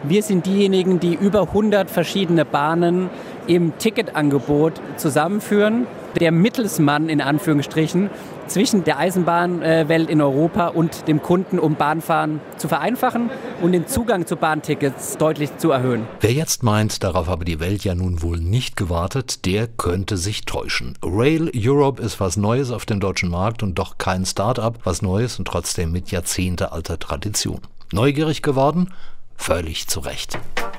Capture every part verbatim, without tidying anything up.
Wir sind diejenigen, die über hundert verschiedene Bahnen im Ticketangebot zusammenführen. Der Mittelsmann in Anführungsstrichen zwischen der Eisenbahnwelt in Europa und dem Kunden, um Bahnfahren zu vereinfachen und den Zugang zu Bahntickets deutlich zu erhöhen. Wer jetzt meint, darauf habe die Welt ja nun wohl nicht gewartet, der könnte sich täuschen. Rail Europe ist was Neues auf dem deutschen Markt und doch kein Start-up, was Neues und trotzdem mit jahrzehntealter Tradition. Neugierig geworden? Völlig zu Recht.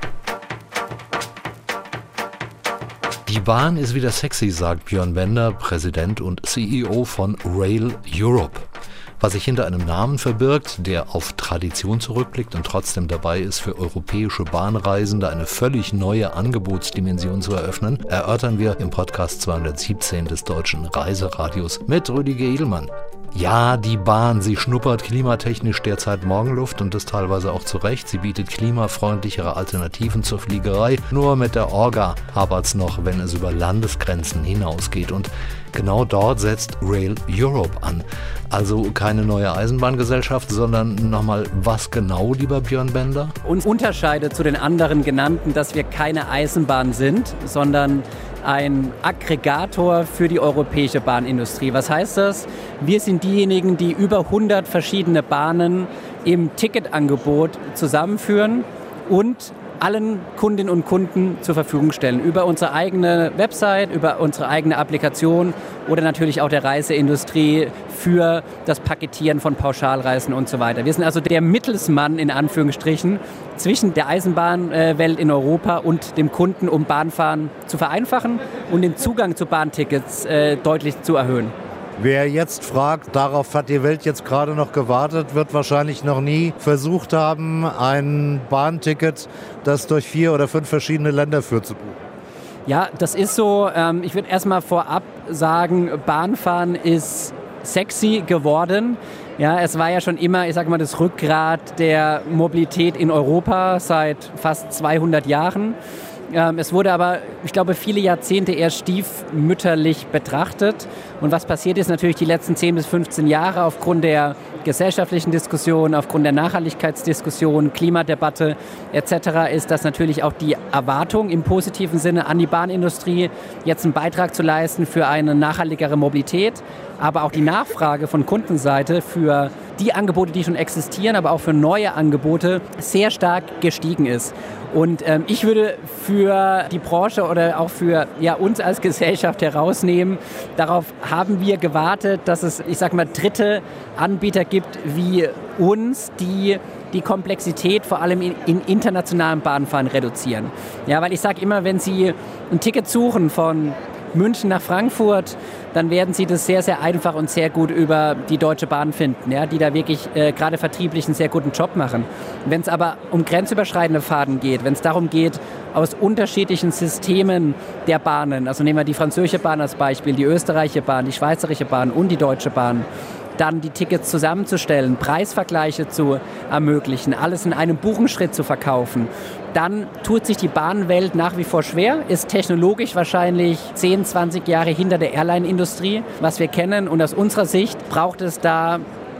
Die Bahn ist wieder sexy, sagt Björn Bender, Präsident und C E O von Rail Europe. Was sich hinter einem Namen verbirgt, der auf Tradition zurückblickt und trotzdem dabei ist, für europäische Bahnreisende eine völlig neue Angebotsdimension zu eröffnen, erörtern wir im Podcast zweihundertsiebzehn des Deutschen Reiseradios mit Rüdiger Edelmann. Ja, die Bahn, sie schnuppert klimatechnisch derzeit Morgenluft und das teilweise auch zu Recht. Sie bietet klimafreundlichere Alternativen zur Fliegerei. Nur mit der Orga hapert's noch, wenn es über Landesgrenzen hinausgeht. Und genau dort setzt Rail Europe an. Also keine neue Eisenbahngesellschaft, sondern nochmal was genau, lieber Björn Bender? Uns unterscheidet zu den anderen genannten, dass wir keine Eisenbahn sind, sondern ein Aggregator für die europäische Bahnindustrie. Was heißt das? Wir sind diejenigen, die über hundert verschiedene Bahnen im Ticketangebot zusammenführen und allen Kundinnen und Kunden zur Verfügung stellen. Über unsere eigene Website, über unsere eigene Applikation oder natürlich auch der Reiseindustrie für das Paketieren von Pauschalreisen und so weiter. Wir sind also der Mittelsmann in Anführungsstrichen zwischen der Eisenbahnwelt in Europa und dem Kunden, um Bahnfahren zu vereinfachen und den Zugang zu Bahntickets äh, deutlich zu erhöhen. Wer jetzt fragt, darauf hat die Welt jetzt gerade noch gewartet, wird wahrscheinlich noch nie versucht haben, ein Bahnticket, das durch vier oder fünf verschiedene Länder führt, zu buchen. Ja, das ist so. Ich würde erstmal vorab sagen, Bahnfahren ist sexy geworden. Ja, es war ja schon immer, ich sag mal, das Rückgrat der Mobilität in Europa seit fast zweihundert Jahren. Es wurde aber, ich glaube, viele Jahrzehnte eher stiefmütterlich betrachtet. Und was passiert ist natürlich die letzten zehn bis fünfzehn Jahre aufgrund der gesellschaftlichen Diskussion, aufgrund der Nachhaltigkeitsdiskussion, Klimadebatte et cetera, ist, dass natürlich auch die Erwartung im positiven Sinne an die Bahnindustrie, jetzt einen Beitrag zu leisten für eine nachhaltigere Mobilität, aber auch die Nachfrage von Kundenseite für die Angebote, die schon existieren, aber auch für neue Angebote sehr stark gestiegen ist. Und ähm, ich würde für die Branche oder auch für ja, uns als Gesellschaft herausnehmen, darauf haben wir gewartet, dass es, ich sag mal, dritte Anbieter gibt wie uns, die die Komplexität vor allem in, in internationalem Bahnfahren reduzieren. Ja, weil ich sage immer, wenn Sie ein Ticket suchen von München nach Frankfurt, dann werden Sie das sehr, sehr einfach und sehr gut über die Deutsche Bahn finden, ja, die da wirklich äh, gerade vertrieblich einen sehr guten Job machen. Wenn es aber um grenzüberschreitende Fahrten geht, wenn es darum geht, aus unterschiedlichen Systemen der Bahnen, also nehmen wir die französische Bahn als Beispiel, die österreichische Bahn, die schweizerische Bahn und die Deutsche Bahn, dann die Tickets zusammenzustellen, Preisvergleiche zu ermöglichen, alles in einem Buchenschritt zu verkaufen, dann tut sich die Bahnwelt nach wie vor schwer, ist technologisch wahrscheinlich zehn, zwanzig Jahre hinter der Airline-Industrie, was wir kennen. Und aus unserer Sicht braucht es da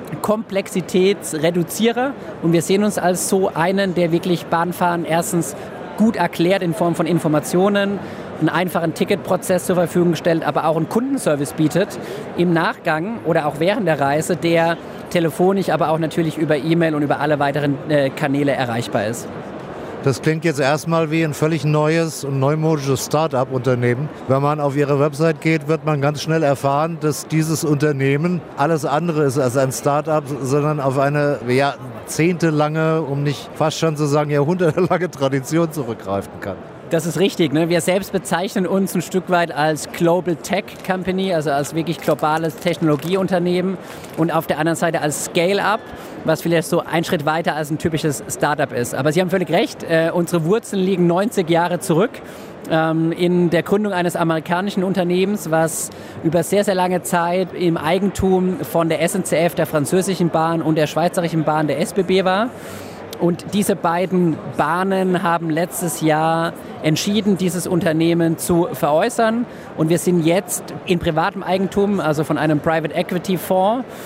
Komplexitätsreduzierer. Und wir sehen uns als so einen, der wirklich Bahnfahren erstens gut erklärt in Form von Informationen, einen einfachen Ticketprozess zur Verfügung stellt, aber auch einen Kundenservice bietet im Nachgang oder auch während der Reise, der telefonisch, aber auch natürlich über E-Mail und über alle weiteren äh, Kanäle erreichbar ist. Das klingt jetzt erstmal wie ein völlig neues und neumodisches Start-up-Unternehmen. Wenn man auf Ihre Website geht, wird man ganz schnell erfahren, dass dieses Unternehmen alles andere ist als ein Start-up, sondern auf eine jahrzehntelange, um nicht fast schon zu sagen jahrhundertelange Tradition zurückgreifen kann. Das ist richtig. Ne? Wir selbst bezeichnen uns ein Stück weit als Global Tech Company, also als wirklich globales Technologieunternehmen und auf der anderen Seite als Scale-Up, was vielleicht so ein Schritt weiter als ein typisches Startup ist. Aber Sie haben völlig recht, äh, unsere Wurzeln liegen neunzig Jahre zurück ähm, in der Gründung eines amerikanischen Unternehmens, was über sehr, sehr lange Zeit im Eigentum von der S N C F, der französischen Bahn und der schweizerischen Bahn, der S B B war. Und diese beiden Bahnen haben letztes Jahr entschieden, dieses Unternehmen zu veräußern. Und wir sind jetzt in privatem Eigentum, also von einem Private Equity Fonds.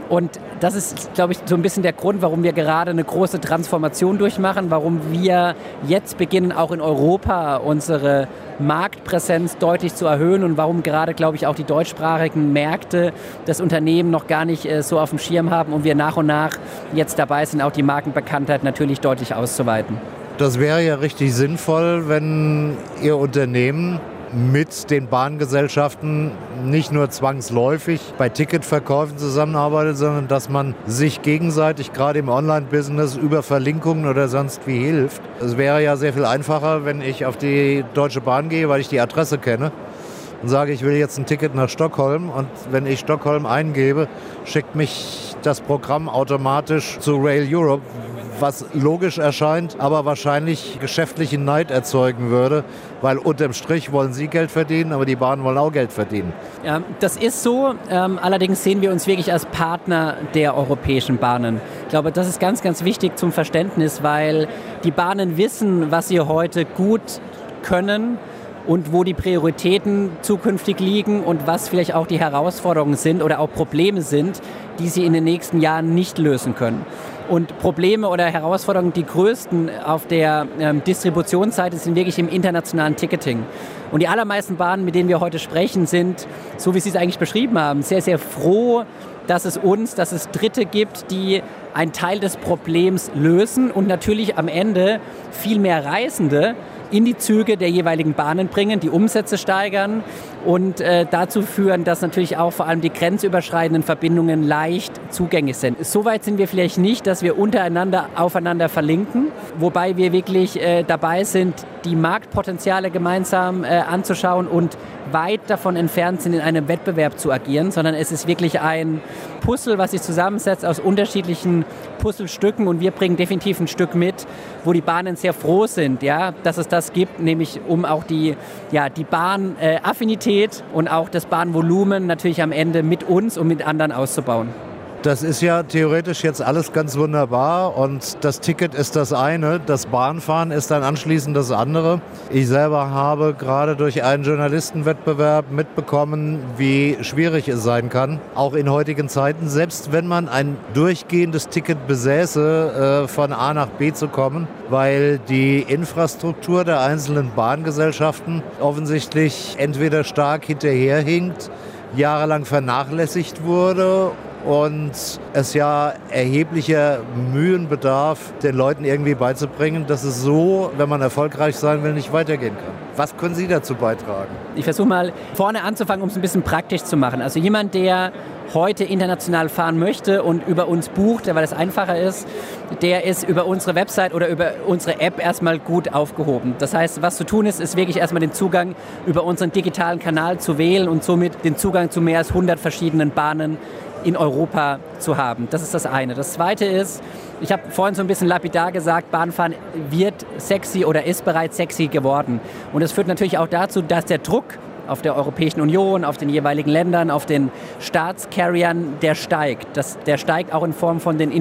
Und das ist, glaube ich, so ein bisschen der Grund, warum wir gerade eine große Transformation durchmachen, warum wir jetzt beginnen, auch in Europa unsere Marktpräsenz deutlich zu erhöhen und warum gerade, glaube ich, auch die deutschsprachigen Märkte das Unternehmen noch gar nicht äh, so auf dem Schirm haben und wir nach und nach jetzt dabei sind, auch die Markenbekanntheit natürlich deutlich auszuweiten. Das wäre ja richtig sinnvoll, wenn Ihr Unternehmen mit den Bahngesellschaften nicht nur zwangsläufig bei Ticketverkäufen zusammenarbeitet, sondern dass man sich gegenseitig gerade im Online-Business über Verlinkungen oder sonst wie hilft. Es wäre ja sehr viel einfacher, wenn ich auf die Deutsche Bahn gehe, weil ich die Adresse kenne und sage, ich will jetzt ein Ticket nach Stockholm und wenn ich Stockholm eingebe, schickt mich das Programm automatisch zu Rail Europe, was logisch erscheint, aber wahrscheinlich geschäftlichen Neid erzeugen würde, weil unterm Strich wollen Sie Geld verdienen, aber die Bahnen wollen auch Geld verdienen. Ja, das ist so. Ähm, allerdings sehen wir uns wirklich als Partner der europäischen Bahnen. Ich glaube, das ist ganz, ganz wichtig zum Verständnis, weil die Bahnen wissen, was sie heute gut können und wo die Prioritäten zukünftig liegen und was vielleicht auch die Herausforderungen sind oder auch Probleme sind, die sie in den nächsten Jahren nicht lösen können. Und Probleme oder Herausforderungen, die größten auf der ähm, Distributionsseite sind wirklich im internationalen Ticketing. Und die allermeisten Bahnen, mit denen wir heute sprechen, sind, so wie Sie es eigentlich beschrieben haben, sehr, sehr froh, dass es uns, dass es Dritte gibt, die einen Teil des Problems lösen und natürlich am Ende viel mehr Reisende in die Züge der jeweiligen Bahnen bringen, die Umsätze steigern und äh, dazu führen, dass natürlich auch vor allem die grenzüberschreitenden Verbindungen leicht zugänglich sind. Soweit sind wir vielleicht nicht, dass wir untereinander aufeinander verlinken, wobei wir wirklich äh, dabei sind, die Marktpotenziale gemeinsam äh, anzuschauen und weit davon entfernt sind, in einem Wettbewerb zu agieren, sondern es ist wirklich ein Puzzle, was sich zusammensetzt aus unterschiedlichen Puzzlestücken und wir bringen definitiv ein Stück mit, wo die Bahnen sehr froh sind, ja, dass es das gibt, nämlich um auch die, ja, die Bahnaffinität und auch das Bahnvolumen natürlich am Ende mit uns und mit anderen auszubauen. Das ist ja theoretisch jetzt alles ganz wunderbar und das Ticket ist das eine, das Bahnfahren ist dann anschließend das andere. Ich selber habe gerade durch einen Journalistenwettbewerb mitbekommen, wie schwierig es sein kann, auch in heutigen Zeiten, selbst wenn man ein durchgehendes Ticket besäße, äh, von A nach B zu kommen, weil die Infrastruktur der einzelnen Bahngesellschaften offensichtlich entweder stark hinterherhinkt, jahrelang vernachlässigt wurde und es ja erheblicher Mühen bedarf, den Leuten irgendwie beizubringen, dass es so, wenn man erfolgreich sein will, nicht weitergehen kann. Was können Sie dazu beitragen? Ich versuche mal vorne anzufangen, um es ein bisschen praktisch zu machen. Also jemand, der heute international fahren möchte und über uns bucht, weil es einfacher ist, der ist über unsere Website oder über unsere App erstmal gut aufgehoben. Das heißt, was zu tun ist, ist wirklich erstmal den Zugang über unseren digitalen Kanal zu wählen und somit den Zugang zu mehr als hundert verschiedenen Bahnen in Europa zu haben. Das ist das eine. Das zweite ist, ich habe vorhin so ein bisschen lapidar gesagt, Bahnfahren wird sexy oder ist bereits sexy geworden. Und das führt natürlich auch dazu, dass der Druck auf der Europäischen Union, auf den jeweiligen Ländern, auf den Staatscarriern, der steigt. Das, der steigt auch in Form von den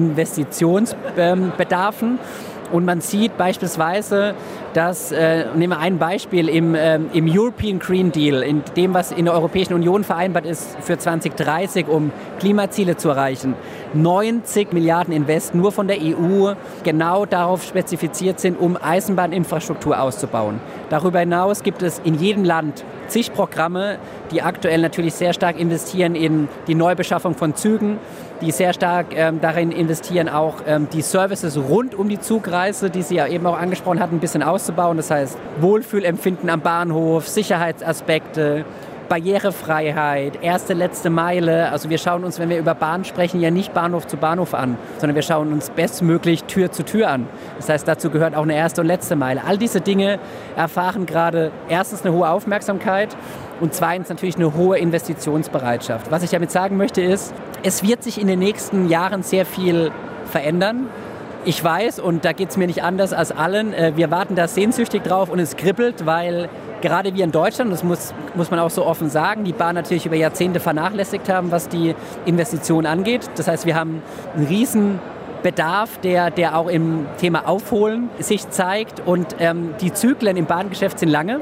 Investitionsbedarfen. Und man sieht beispielsweise, dass, äh, nehmen wir ein Beispiel, im, äh, im European Green Deal, in dem, was in der Europäischen Union vereinbart ist für zwanzig dreißig, um Klimaziele zu erreichen, neunzig Milliarden Invest nur von der E U genau darauf spezifiziert sind, um Eisenbahninfrastruktur auszubauen. Darüber hinaus gibt es in jedem Land zig Programme, die aktuell natürlich sehr stark investieren in die Neubeschaffung von Zügen, die sehr stark ähm, darin investieren, auch ähm, die Services rund um die Zugreise, die Sie ja eben auch angesprochen hatten, ein bisschen auszubauen. Das heißt Wohlfühlempfinden am Bahnhof, Sicherheitsaspekte, Barrierefreiheit, erste, letzte Meile. Also wir schauen uns, wenn wir über Bahn sprechen, ja nicht Bahnhof zu Bahnhof an, sondern wir schauen uns bestmöglich Tür zu Tür an. Das heißt, dazu gehört auch eine erste und letzte Meile. All diese Dinge erfahren gerade erstens eine hohe Aufmerksamkeit und zweitens natürlich eine hohe Investitionsbereitschaft. Was ich damit sagen möchte ist, es wird sich in den nächsten Jahren sehr viel verändern. Ich weiß, und da geht es mir nicht anders als allen, wir warten da sehnsüchtig drauf und es kribbelt, weil gerade wir in Deutschland, das muss, muss man auch so offen sagen, die Bahn natürlich über Jahrzehnte vernachlässigt haben, was die Investition angeht. Das heißt, wir haben einen riesen Bedarf, der, der auch im Thema Aufholen sich zeigt und ähm, die Zyklen im Bahngeschäft sind lange.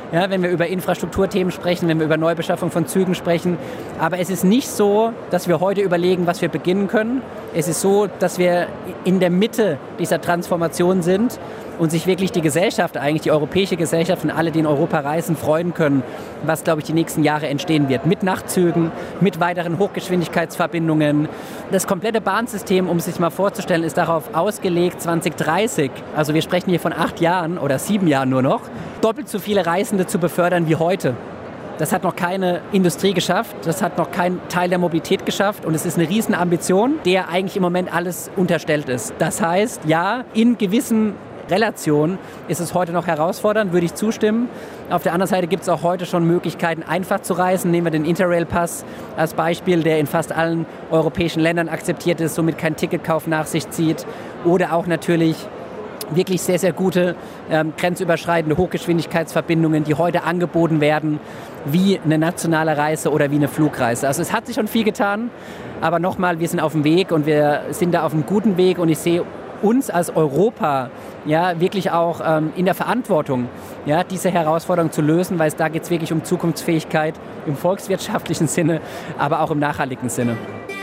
ja, wenn wir über Infrastrukturthemen sprechen, wenn wir über Neubeschaffung von Zügen sprechen. Aber es ist nicht so, dass wir heute überlegen, was wir beginnen können. Es ist so, dass wir in der Mitte dieser Transformation sind und sich wirklich die Gesellschaft, eigentlich die europäische Gesellschaft und alle, die in Europa reisen, freuen können, was, glaube ich, die nächsten Jahre entstehen wird. Mit Nachtzügen, mit weiteren Hochgeschwindigkeitsverbindungen. Das komplette Bahnsystem, um es sich mal vorzustellen, ist darauf ausgelegt, zwanzig dreißig, also wir sprechen hier von acht Jahren oder sieben Jahren nur noch, doppelt so viele Reisende zu befördern wie heute. Das hat noch keine Industrie geschafft, das hat noch kein Teil der Mobilität geschafft und es ist eine Riesenambition, der eigentlich im Moment alles unterstellt ist. Das heißt, ja, in gewissen Relation ist es heute noch herausfordernd, würde ich zustimmen. Auf der anderen Seite gibt es auch heute schon Möglichkeiten, einfach zu reisen. Nehmen wir den Interrail-Pass als Beispiel, der in fast allen europäischen Ländern akzeptiert ist, somit kein Ticketkauf nach sich zieht. Oder auch natürlich wirklich sehr, sehr gute ähm, grenzüberschreitende Hochgeschwindigkeitsverbindungen, die heute angeboten werden, wie eine nationale Reise oder wie eine Flugreise. Also es hat sich schon viel getan, aber nochmal, wir sind auf dem Weg und wir sind da auf einem guten Weg und ich sehe uns als Europa ja, wirklich auch ähm, in der Verantwortung, ja, diese Herausforderung zu lösen, weil es da geht es wirklich um Zukunftsfähigkeit im volkswirtschaftlichen Sinne, aber auch im nachhaltigen Sinne.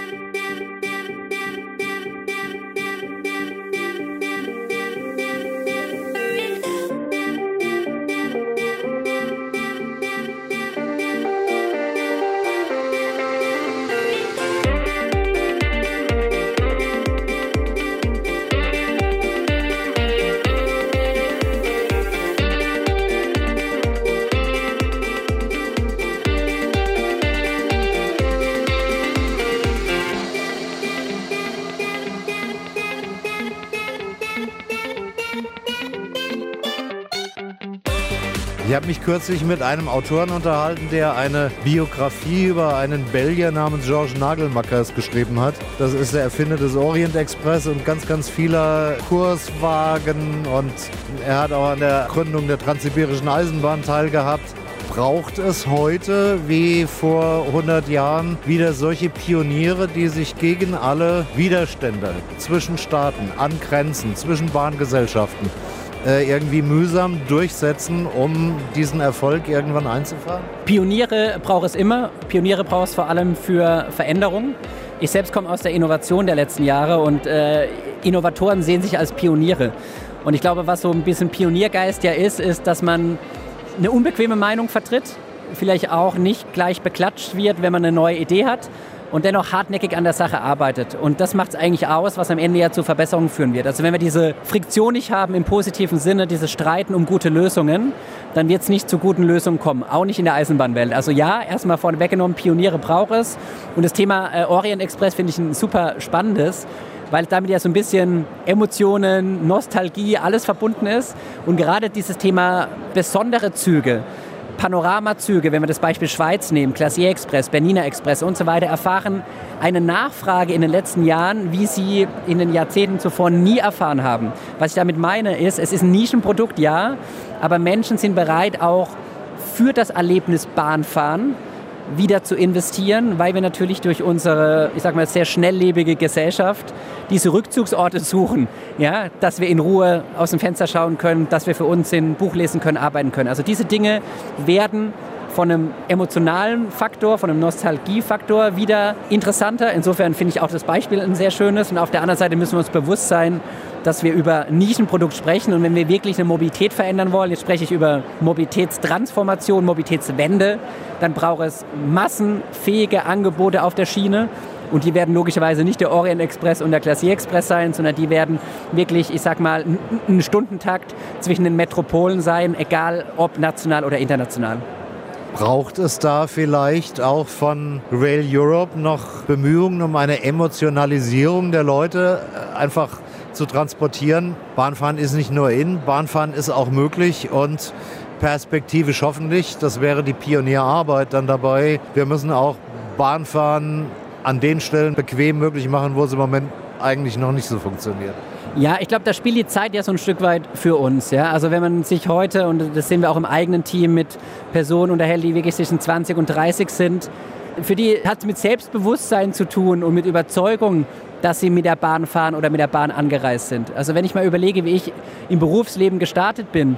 Ich habe mich kürzlich mit einem Autoren unterhalten, der eine Biografie über einen Belgier namens Georges Nagelmackers geschrieben hat. Das ist der Erfinder des Orient Express und ganz, ganz vieler Kurswagen. Und er hat auch an der Gründung der Transsibirischen Eisenbahn teilgehabt. Braucht es heute, wie vor hundert Jahren, wieder solche Pioniere, die sich gegen alle Widerstände zwischen Staaten, an Grenzen, zwischen Bahngesellschaften irgendwie mühsam durchsetzen, um diesen Erfolg irgendwann einzufahren? Pioniere braucht es immer. Pioniere braucht es vor allem für Veränderung. Ich selbst komme aus der Innovation der letzten Jahre und äh, Innovatoren sehen sich als Pioniere. Und ich glaube, was so ein bisschen Pioniergeist ja ist, ist, dass man eine unbequeme Meinung vertritt, vielleicht auch nicht gleich beklatscht wird, wenn man eine neue Idee hat, und dennoch hartnäckig an der Sache arbeitet. Und das macht es eigentlich aus, was am Ende ja zu Verbesserungen führen wird. Also wenn wir diese Friktion nicht haben im positiven Sinne, dieses Streiten um gute Lösungen, dann wird es nicht zu guten Lösungen kommen, auch nicht in der Eisenbahnwelt. Also ja, erstmal vorne weggenommen, Pioniere braucht es. Und das Thema äh, Orient Express finde ich ein super spannendes, weil damit ja so ein bisschen Emotionen, Nostalgie, alles verbunden ist. Und gerade dieses Thema besondere Züge, Panoramazüge, wenn wir das Beispiel Schweiz nehmen, Classier Express, Bernina Express und so weiter, erfahren eine Nachfrage in den letzten Jahren, wie sie in den Jahrzehnten zuvor nie erfahren haben. Was ich damit meine ist, es ist ein Nischenprodukt, ja, aber Menschen sind bereit, auch für das Erlebnis Bahnfahren wieder zu investieren, weil wir natürlich durch unsere, ich sag mal, sehr schnelllebige Gesellschaft diese Rückzugsorte suchen, ja, dass wir in Ruhe aus dem Fenster schauen können, dass wir für uns ein Buch lesen können, arbeiten können. Also diese Dinge werden von einem emotionalen Faktor, von einem Nostalgiefaktor wieder interessanter. Insofern finde ich auch das Beispiel ein sehr schönes. Und auf der anderen Seite müssen wir uns bewusst sein, dass wir über Nischenprodukt sprechen. Und wenn wir wirklich eine Mobilität verändern wollen, jetzt spreche ich über Mobilitätstransformation, Mobilitätswende, dann braucht es massenfähige Angebote auf der Schiene. Und die werden logischerweise nicht der Orient Express und der Classier Express sein, sondern die werden wirklich, ich sag mal, ein Stundentakt zwischen den Metropolen sein, egal ob national oder international. Braucht es da vielleicht auch von Rail Europe noch Bemühungen um eine Emotionalisierung der Leute, einfach zu transportieren? Bahnfahren ist nicht nur in, Bahnfahren ist auch möglich und perspektivisch hoffentlich, das wäre die Pionierarbeit dann dabei. Wir müssen auch Bahnfahren an den Stellen bequem möglich machen, wo es im Moment eigentlich noch nicht so funktioniert. Ja, ich glaube, da spielt die Zeit ja so ein Stück weit für uns. Ja? Also wenn man sich heute, und das sehen wir auch im eigenen Team, mit Personen unterhält, die wirklich zwischen zwanzig und dreißig sind, für die hat es mit Selbstbewusstsein zu tun und mit Überzeugung, dass sie mit der Bahn fahren oder mit der Bahn angereist sind. Also wenn ich mal überlege, wie ich im Berufsleben gestartet bin,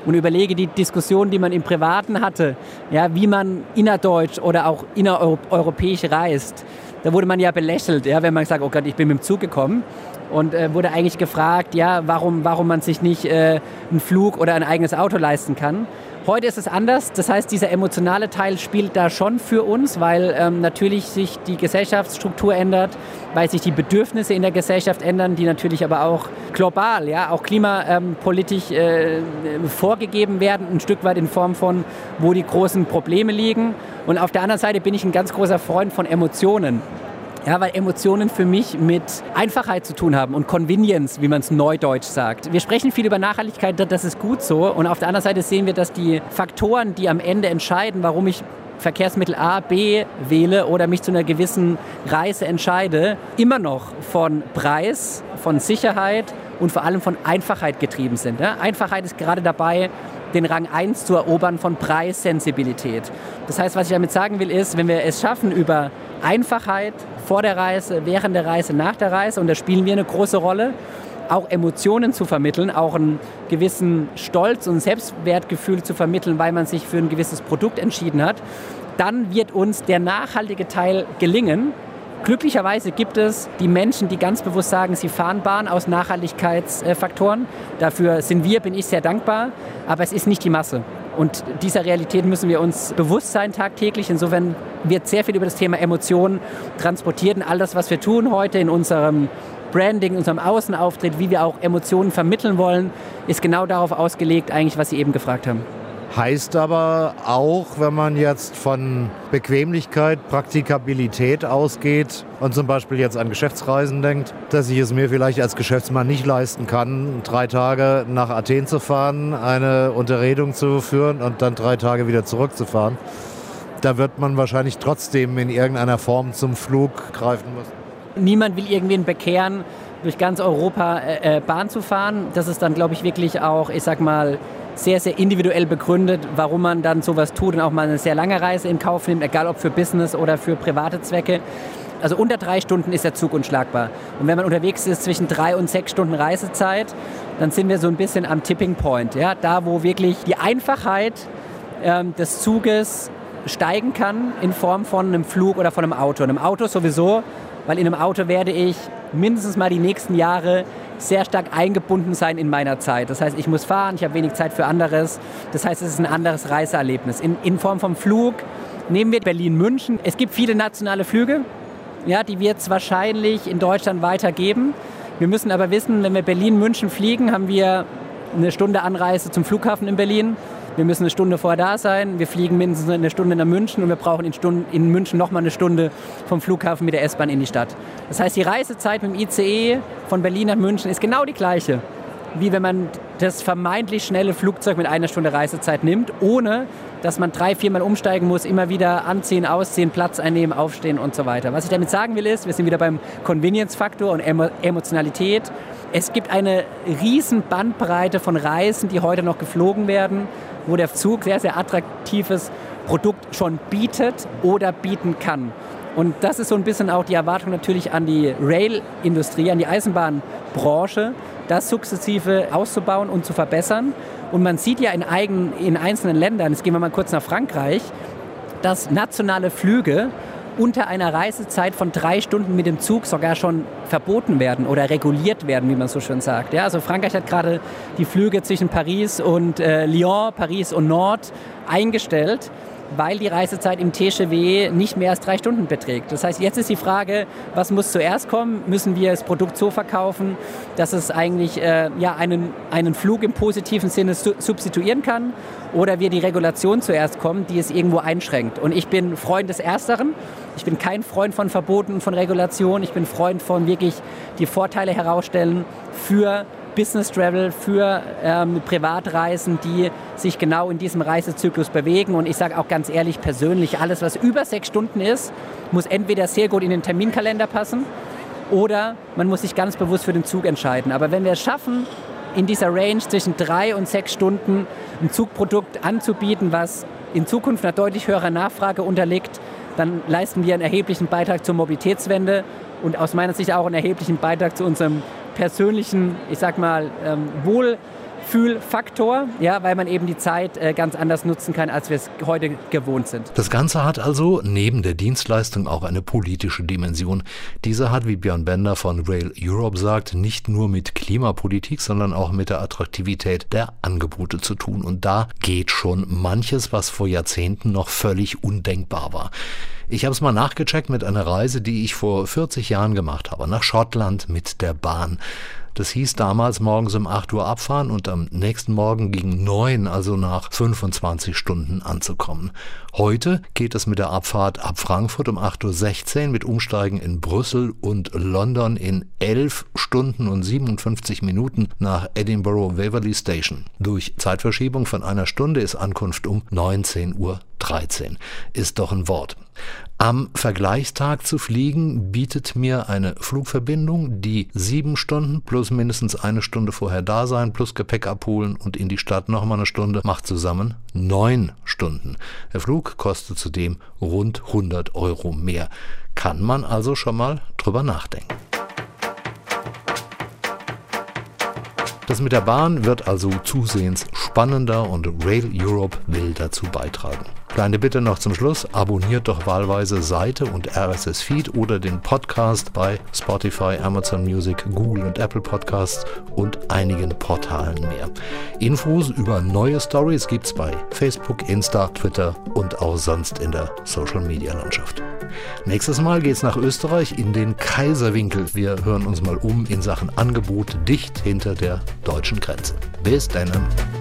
und überlege die Diskussion, die man im Privaten hatte, ja, wie man innerdeutsch oder auch innereuropäisch reist, da wurde man ja belächelt, ja, wenn man sagt, oh Gott, ich bin mit dem Zug gekommen. Und äh, wurde eigentlich gefragt, ja, warum, warum man sich nicht äh, einen Flug oder ein eigenes Auto leisten kann. Heute ist es anders. Das heißt, dieser emotionale Teil spielt da schon für uns, weil ähm, natürlich sich die Gesellschaftsstruktur ändert, weil sich die Bedürfnisse in der Gesellschaft ändern, die natürlich aber auch global, ja, auch klimapolitisch äh, vorgegeben werden, ein Stück weit in Form von, wo die großen Probleme liegen. Und auf der anderen Seite bin ich ein ganz großer Freund von Emotionen. Ja, weil Emotionen für mich mit Einfachheit zu tun haben und Convenience, wie man es neudeutsch sagt. Wir sprechen viel über Nachhaltigkeit, das ist gut so. Und auf der anderen Seite sehen wir, dass die Faktoren, die am Ende entscheiden, warum ich Verkehrsmittel A, B wähle oder mich zu einer gewissen Reise entscheide, immer noch von Preis, von Sicherheit und vor allem von Einfachheit getrieben sind. Ja? Einfachheit ist gerade dabei, den Rang eins zu erobern von Preissensibilität. Das heißt, was ich damit sagen will, ist, wenn wir es schaffen, über Einfachheit vor der Reise, während der Reise, nach der Reise, und da spielen wir eine große Rolle, auch Emotionen zu vermitteln, auch einen gewissen Stolz und Selbstwertgefühl zu vermitteln, weil man sich für ein gewisses Produkt entschieden hat, dann wird uns der nachhaltige Teil gelingen. Glücklicherweise gibt es die Menschen, die ganz bewusst sagen, sie fahren Bahn aus Nachhaltigkeitsfaktoren. Dafür sind wir, bin ich sehr dankbar, aber es ist nicht die Masse. Und dieser Realität müssen wir uns bewusst sein tagtäglich. Insofern wird sehr viel über das Thema Emotionen transportiert. Und all das, was wir tun heute in unserem Branding, in unserem Außenauftritt, wie wir auch Emotionen vermitteln wollen, ist genau darauf ausgelegt, eigentlich, was Sie eben gefragt haben. Heißt aber auch, wenn man jetzt von Bequemlichkeit, Praktikabilität ausgeht und zum Beispiel jetzt an Geschäftsreisen denkt, dass ich es mir vielleicht als Geschäftsmann nicht leisten kann, drei Tage nach Athen zu fahren, eine Unterredung zu führen und dann drei Tage wieder zurückzufahren. Da wird man wahrscheinlich trotzdem in irgendeiner Form zum Flug greifen müssen. Niemand will irgendwen bekehren, durch ganz Europa äh, Bahn zu fahren. Das ist dann, glaube ich, wirklich auch, ich sag mal, sehr, sehr individuell begründet, warum man dann sowas tut und auch mal eine sehr lange Reise in Kauf nimmt, egal ob für Business oder für private Zwecke. Also unter drei Stunden ist der Zug unschlagbar. Und wenn man unterwegs ist zwischen drei und sechs Stunden Reisezeit, dann sind wir so ein bisschen am Tipping Point. Ja? Da, wo wirklich die Einfachheit ähm, des Zuges steigen kann in Form von einem Flug oder von einem Auto. In einem Auto sowieso, weil in einem Auto werde ich mindestens mal die nächsten Jahre sehr stark eingebunden sein in meiner Zeit. Das heißt, ich muss fahren, ich habe wenig Zeit für anderes. Das heißt, es ist ein anderes Reiseerlebnis. In, in Form vom Flug nehmen wir Berlin-München. Es gibt viele nationale Flüge, ja, die wird es wahrscheinlich in Deutschland weitergeben. Wir müssen aber wissen, wenn wir Berlin-München fliegen, haben wir eine Stunde Anreise zum Flughafen in Berlin. Wir müssen eine Stunde vorher da sein. Wir fliegen mindestens eine Stunde nach München und wir brauchen in, Stunden, in München nochmal eine Stunde vom Flughafen mit der S-Bahn in die Stadt. Das heißt, die Reisezeit mit dem I C E von Berlin nach München ist genau die gleiche, wie wenn man das vermeintlich schnelle Flugzeug mit einer Stunde Reisezeit nimmt, ohne dass man drei, viermal umsteigen muss, immer wieder anziehen, ausziehen, Platz einnehmen, aufstehen und so weiter. Was ich damit sagen will ist, wir sind wieder beim Convenience-Faktor und Emo- Emotionalität. Es gibt eine riesen Bandbreite von Reisen, die heute noch geflogen werden, wo der Zug sehr, sehr attraktives Produkt schon bietet oder bieten kann. Und das ist so ein bisschen auch die Erwartung natürlich an die Rail-Industrie, an die Eisenbahnbranche, das sukzessive auszubauen und zu verbessern. Und man sieht ja in, eigen, in einzelnen Ländern, jetzt gehen wir mal kurz nach Frankreich, dass nationale Flüge unter einer Reisezeit von drei Stunden mit dem Zug sogar schon verboten werden oder reguliert werden, wie man so schön sagt. Ja, also Frankreich hat gerade die Flüge zwischen Paris und äh, Lyon, Paris und Nantes eingestellt, weil die Reisezeit im T G V nicht mehr als drei Stunden beträgt. Das heißt, jetzt ist die Frage, was muss zuerst kommen? Müssen wir das Produkt so verkaufen, dass es eigentlich äh, ja, einen, einen Flug im positiven Sinne su- substituieren kann? Oder wir die Regulation zuerst kommen, die es irgendwo einschränkt? Und ich bin Freund des Ersteren. Ich bin kein Freund von Verboten, von Regulation. Ich bin Freund von wirklich die Vorteile herausstellen für Business Travel, für ähm, Privatreisen, die sich genau in diesem Reisezyklus bewegen. Und ich sage auch ganz ehrlich, persönlich, alles, was über sechs Stunden ist, muss entweder sehr gut in den Terminkalender passen oder man muss sich ganz bewusst für den Zug entscheiden. Aber wenn wir es schaffen, in dieser Range zwischen drei und sechs Stunden ein Zugprodukt anzubieten, was in Zukunft einer deutlich höheren Nachfrage unterliegt, dann leisten wir einen erheblichen Beitrag zur Mobilitätswende und aus meiner Sicht auch einen erheblichen Beitrag zu unserem persönlichen, ich sag mal, ähm, Wohlfühlfaktor, ja, weil man eben die Zeit äh, ganz anders nutzen kann, als wir es heute gewohnt sind. Das Ganze hat also neben der Dienstleistung auch eine politische Dimension. Diese hat, wie Björn Bender von Rail Europe sagt, nicht nur mit Klimapolitik, sondern auch mit der Attraktivität der Angebote zu tun. Und da geht schon manches, was vor Jahrzehnten noch völlig undenkbar war. Ich habe es mal nachgecheckt mit einer Reise, die ich vor vierzig Jahren gemacht habe, nach Schottland mit der Bahn. Das hieß damals morgens um acht Uhr abfahren und am nächsten Morgen gegen neun, also nach fünfundzwanzig Stunden anzukommen. Heute geht es mit der Abfahrt ab Frankfurt um acht Uhr sechzehn mit Umsteigen in Brüssel und London in elf Stunden und siebenundfünfzig Minuten nach Edinburgh Waverley Station. Durch Zeitverschiebung von einer Stunde ist Ankunft um neunzehn Uhr dreizehn. Ist doch ein Wort. Am Vergleichstag zu fliegen bietet mir eine Flugverbindung, die sieben Stunden plus mindestens eine Stunde vorher da sein, plus Gepäck abholen und in die Stadt nochmal eine Stunde, macht zusammen neun Stunden. Der Flug kostet zudem rund hundert Euro mehr. Kann man also schon mal drüber nachdenken. Das mit der Bahn wird also zusehends spannender und Rail Europe will dazu beitragen. Kleine Bitte noch zum Schluss, abonniert doch wahlweise Seite und R S S-Feed oder den Podcast bei Spotify, Amazon Music, Google und Apple Podcasts und einigen Portalen mehr. Infos über neue Stories gibt's bei Facebook, Insta, Twitter und auch sonst in der Social-Media-Landschaft. Nächstes Mal geht's nach Österreich in den Kaiserwinkel. Wir hören uns mal um in Sachen Angebot dicht hinter der deutschen Grenze. Bis dann.